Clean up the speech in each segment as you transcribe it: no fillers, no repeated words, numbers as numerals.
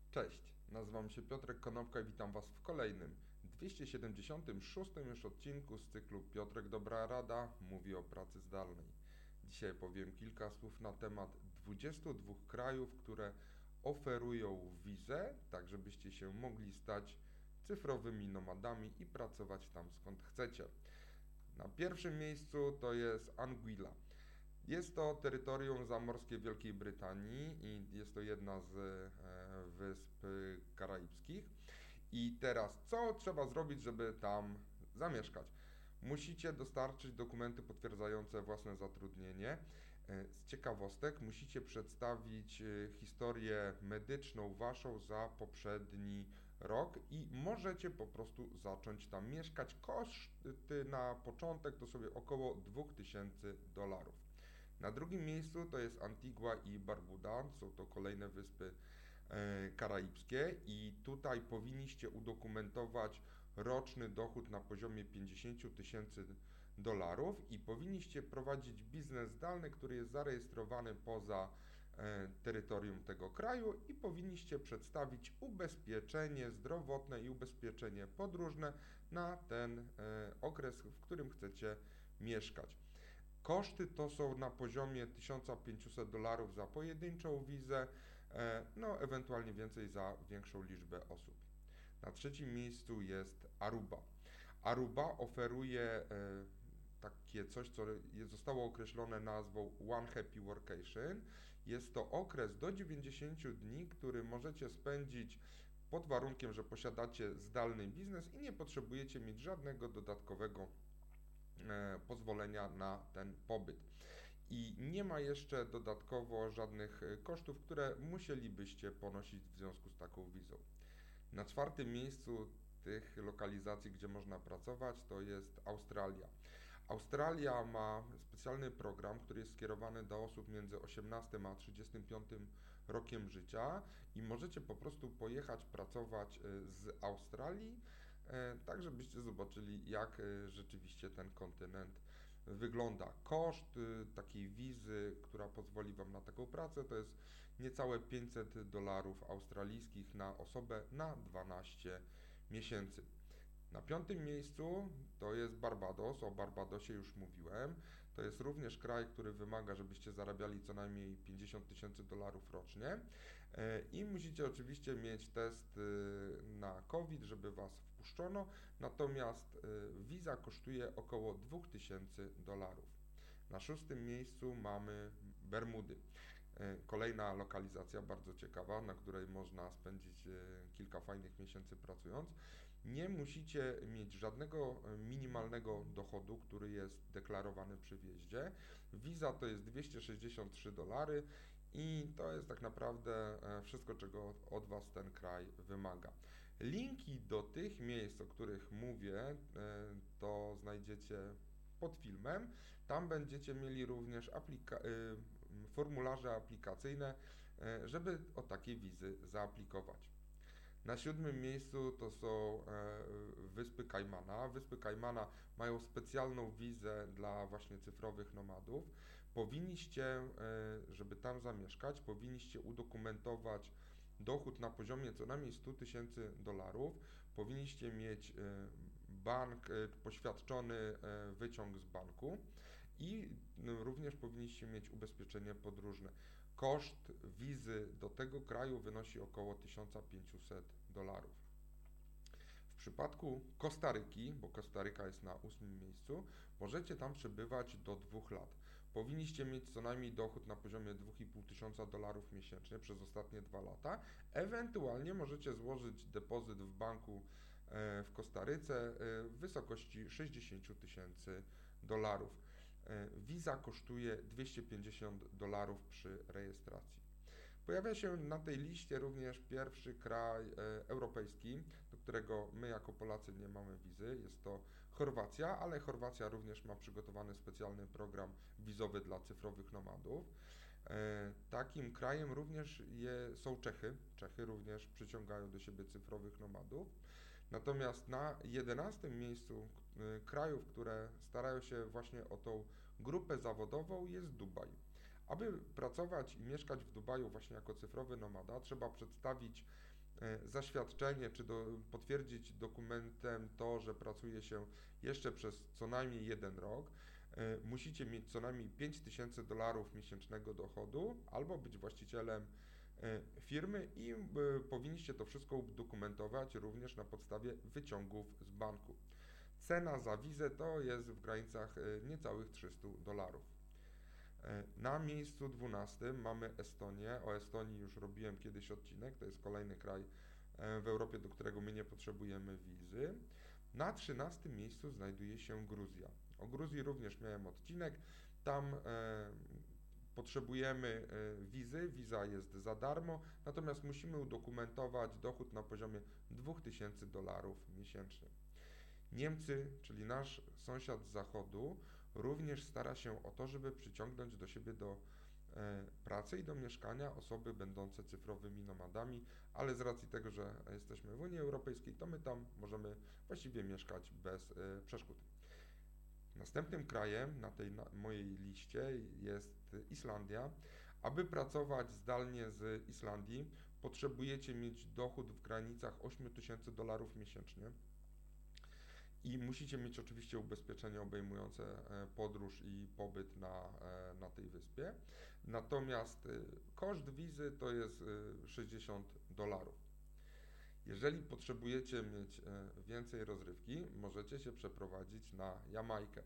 Cześć, nazywam się Piotrek Konopka i witam Was w kolejnym 276 już odcinku z cyklu Piotrek Dobra Rada mówi o pracy zdalnej. Dzisiaj powiem kilka słów na temat 22 krajów, które oferują wizę, tak żebyście się mogli stać cyfrowymi nomadami i pracować tam skąd chcecie. Na pierwszym miejscu to jest Anguilla. Jest to terytorium zamorskie Wielkiej Brytanii i jest to jedna z wysp karaibskich. I teraz, co trzeba zrobić, żeby tam zamieszkać? Musicie dostarczyć dokumenty potwierdzające własne zatrudnienie. Z ciekawostek musicie przedstawić historię medyczną waszą za poprzedni rok i możecie po prostu zacząć tam mieszkać. Koszty na początek to sobie około $2000. Na drugim miejscu to jest Antigua i Barbuda, są to kolejne wyspy karaibskie i tutaj powinniście udokumentować roczny dochód na poziomie $50,000 i powinniście prowadzić biznes zdalny, który jest zarejestrowany poza terytorium tego kraju i powinniście przedstawić ubezpieczenie zdrowotne i ubezpieczenie podróżne na ten okres, w którym chcecie mieszkać. Koszty to są na poziomie $1500 za pojedynczą wizę, no ewentualnie więcej za większą liczbę osób. Na trzecim miejscu jest Aruba. Aruba oferuje takie coś, co zostało określone nazwą One Happy Workation. Jest to okres do 90 dni, który możecie spędzić pod warunkiem, że posiadacie zdalny biznes i nie potrzebujecie mieć żadnego dodatkowego pozwolenia na ten pobyt. I nie ma jeszcze dodatkowo żadnych kosztów, które musielibyście ponosić w związku z taką wizą. Na czwartym miejscu tych lokalizacji, gdzie można pracować, to jest Australia. Australia ma specjalny program, który jest skierowany do osób między 18 a 35 rokiem życia i możecie po prostu pojechać pracować z Australii, tak żebyście zobaczyli, jak rzeczywiście ten kontynent wygląda. Koszt takiej wizy, która pozwoli Wam na taką pracę, to jest niecałe $500 australijskich na osobę na 12 miesięcy. Na piątym miejscu to jest Barbados, o Barbadosie już mówiłem. To jest również kraj, który wymaga, żebyście zarabiali co najmniej $50,000 rocznie i musicie oczywiście mieć test na COVID, żeby Was wpuszczono, natomiast wiza kosztuje około $2000. Na szóstym miejscu mamy Bermudy. Kolejna lokalizacja bardzo ciekawa, na której można spędzić kilka fajnych miesięcy pracując. Nie musicie mieć żadnego minimalnego dochodu, który jest deklarowany przy wjeździe. Wiza to jest $263 i to jest tak naprawdę wszystko, czego od Was ten kraj wymaga. Linki do tych miejsc, o których mówię, to znajdziecie pod filmem. Tam będziecie mieli również formularze aplikacyjne, żeby o takie wizy zaaplikować. Na siódmym miejscu to są Wyspy Kajmana. Wyspy Kajmana mają specjalną wizę dla właśnie cyfrowych nomadów. Powinniście, żeby tam zamieszkać, powinniście udokumentować dochód na poziomie co najmniej $100,000. Powinniście mieć poświadczony wyciąg z banku i również powinniście mieć ubezpieczenie podróżne. Koszt wizy do tego kraju wynosi około $1500. W przypadku Kostaryki, bo Kostaryka jest na 8. miejscu, możecie tam przebywać do 2 lat. Powinniście mieć co najmniej dochód na poziomie $2500 miesięcznie przez ostatnie 2 lata. Ewentualnie możecie złożyć depozyt w banku w Kostaryce w wysokości $60,000. Wiza kosztuje $250 przy rejestracji. Pojawia się na tej liście również pierwszy kraj europejski, do którego my jako Polacy nie mamy wizy. Jest to Chorwacja, ale Chorwacja również ma przygotowany specjalny program wizowy dla cyfrowych nomadów. Takim krajem również są Czechy. Czechy również przyciągają do siebie cyfrowych nomadów. Natomiast na 11. miejscu krajów, które starają się właśnie o tą grupę zawodową, jest Dubaj. Aby pracować i mieszkać w Dubaju właśnie jako cyfrowy nomada, trzeba przedstawić zaświadczenie, czy potwierdzić dokumentem to, że pracuje się jeszcze przez co najmniej 1 rok. Musicie mieć co najmniej $5000 miesięcznego dochodu albo być właścicielem firmy i powinniście to wszystko udokumentować również na podstawie wyciągów z banku. Cena za wizę to jest w granicach niecałych $300. Na miejscu 12 mamy Estonię. O Estonii już robiłem kiedyś odcinek, to jest kolejny kraj w Europie, do którego my nie potrzebujemy wizy. Na 13 miejscu znajduje się Gruzja. O Gruzji również miałem odcinek. Tam potrzebujemy wizy, wiza jest za darmo, natomiast musimy udokumentować dochód na poziomie $2000 miesięcznie. Niemcy, czyli nasz sąsiad z zachodu, również stara się o to, żeby przyciągnąć do siebie do pracy i do mieszkania osoby będące cyfrowymi nomadami, ale z racji tego, że jesteśmy w Unii Europejskiej, to my tam możemy właściwie mieszkać bez przeszkód. Następnym krajem na tej mojej liście jest Islandia. Aby pracować zdalnie z Islandii, potrzebujecie mieć dochód w granicach $8000 miesięcznie. I musicie mieć oczywiście ubezpieczenie obejmujące podróż i pobyt na tej wyspie. Natomiast koszt wizy to jest $60. Jeżeli potrzebujecie mieć więcej rozrywki, możecie się przeprowadzić na Jamajkę.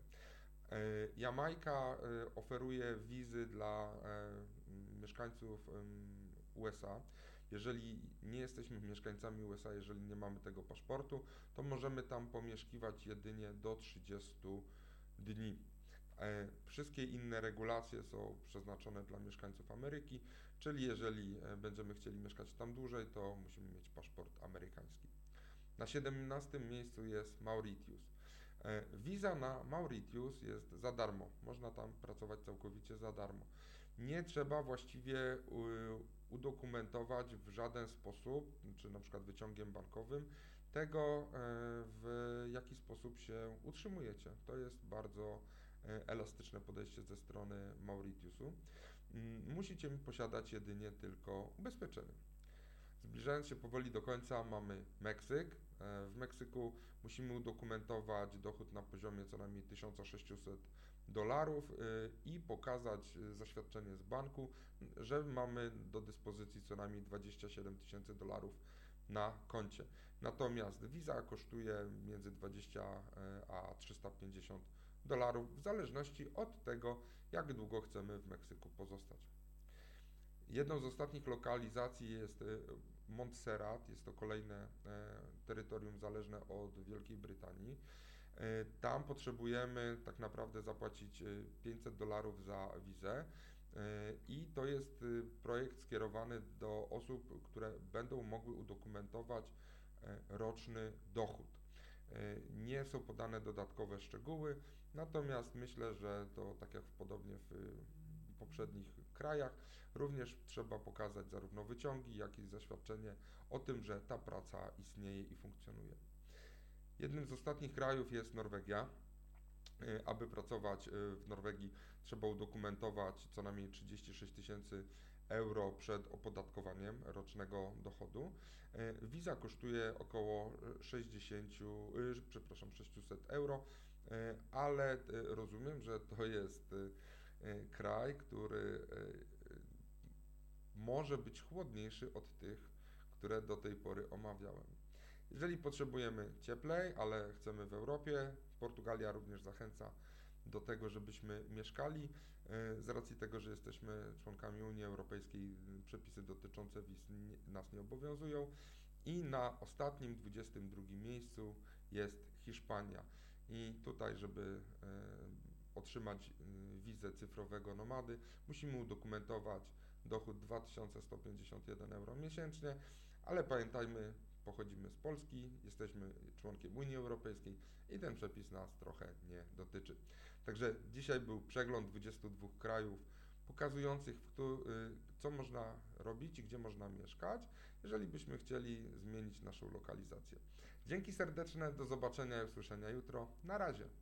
Jamajka oferuje wizy dla mieszkańców USA. Jeżeli nie jesteśmy mieszkańcami USA, jeżeli nie mamy tego paszportu, to możemy tam pomieszkiwać jedynie do 30 dni. Wszystkie inne regulacje są przeznaczone dla mieszkańców Ameryki, czyli jeżeli będziemy chcieli mieszkać tam dłużej, to musimy mieć paszport amerykański. Na 17 miejscu jest Mauritius. Wiza na Mauritius jest za darmo. Można tam pracować całkowicie za darmo. Nie trzeba właściwie udokumentować w żaden sposób, czy na przykład wyciągiem bankowym, tego, w jaki sposób się utrzymujecie. To jest bardzo elastyczne podejście ze strony Mauritiusu. Musicie posiadać jedynie tylko ubezpieczenie. Zbliżając się powoli do końca, mamy Meksyk. W Meksyku musimy udokumentować dochód na poziomie co najmniej $1600 i pokazać zaświadczenie z banku, że mamy do dyspozycji co najmniej $27000 na koncie. Natomiast wiza kosztuje między 20 a $350 w zależności od tego, jak długo chcemy w Meksyku pozostać. Jedną z ostatnich lokalizacji jest Montserrat, jest to kolejne terytorium zależne od Wielkiej Brytanii. Tam potrzebujemy tak naprawdę zapłacić $500 za wizę i to jest projekt skierowany do osób, które będą mogły udokumentować roczny dochód. Nie są podane dodatkowe szczegóły, natomiast myślę, że to tak jak podobnie w poprzednich krajach, również trzeba pokazać zarówno wyciągi, jak i zaświadczenie o tym, że ta praca istnieje i funkcjonuje. Jednym z ostatnich krajów jest Norwegia. Aby pracować w Norwegii, trzeba udokumentować co najmniej 36 000 € przed opodatkowaniem rocznego dochodu. Wiza kosztuje około 600 €, ale rozumiem, że to jest kraj, który może być chłodniejszy od tych, które do tej pory omawiałem. Jeżeli potrzebujemy cieplej, ale chcemy w Europie, Portugalia również zachęca do tego, żebyśmy mieszkali. Z racji tego, że jesteśmy członkami Unii Europejskiej, przepisy dotyczące wiz nas nie obowiązują. I na ostatnim, 22 miejscu jest Hiszpania. I tutaj, żeby otrzymać wizę cyfrowego nomady, musimy udokumentować dochód 2151 € miesięcznie, ale pamiętajmy, pochodzimy z Polski, jesteśmy członkiem Unii Europejskiej i ten przepis nas trochę nie dotyczy. Także dzisiaj był przegląd 22 krajów pokazujących, co można robić i gdzie można mieszkać, jeżeli byśmy chcieli zmienić naszą lokalizację. Dzięki serdeczne, do zobaczenia i usłyszenia jutro. Na razie.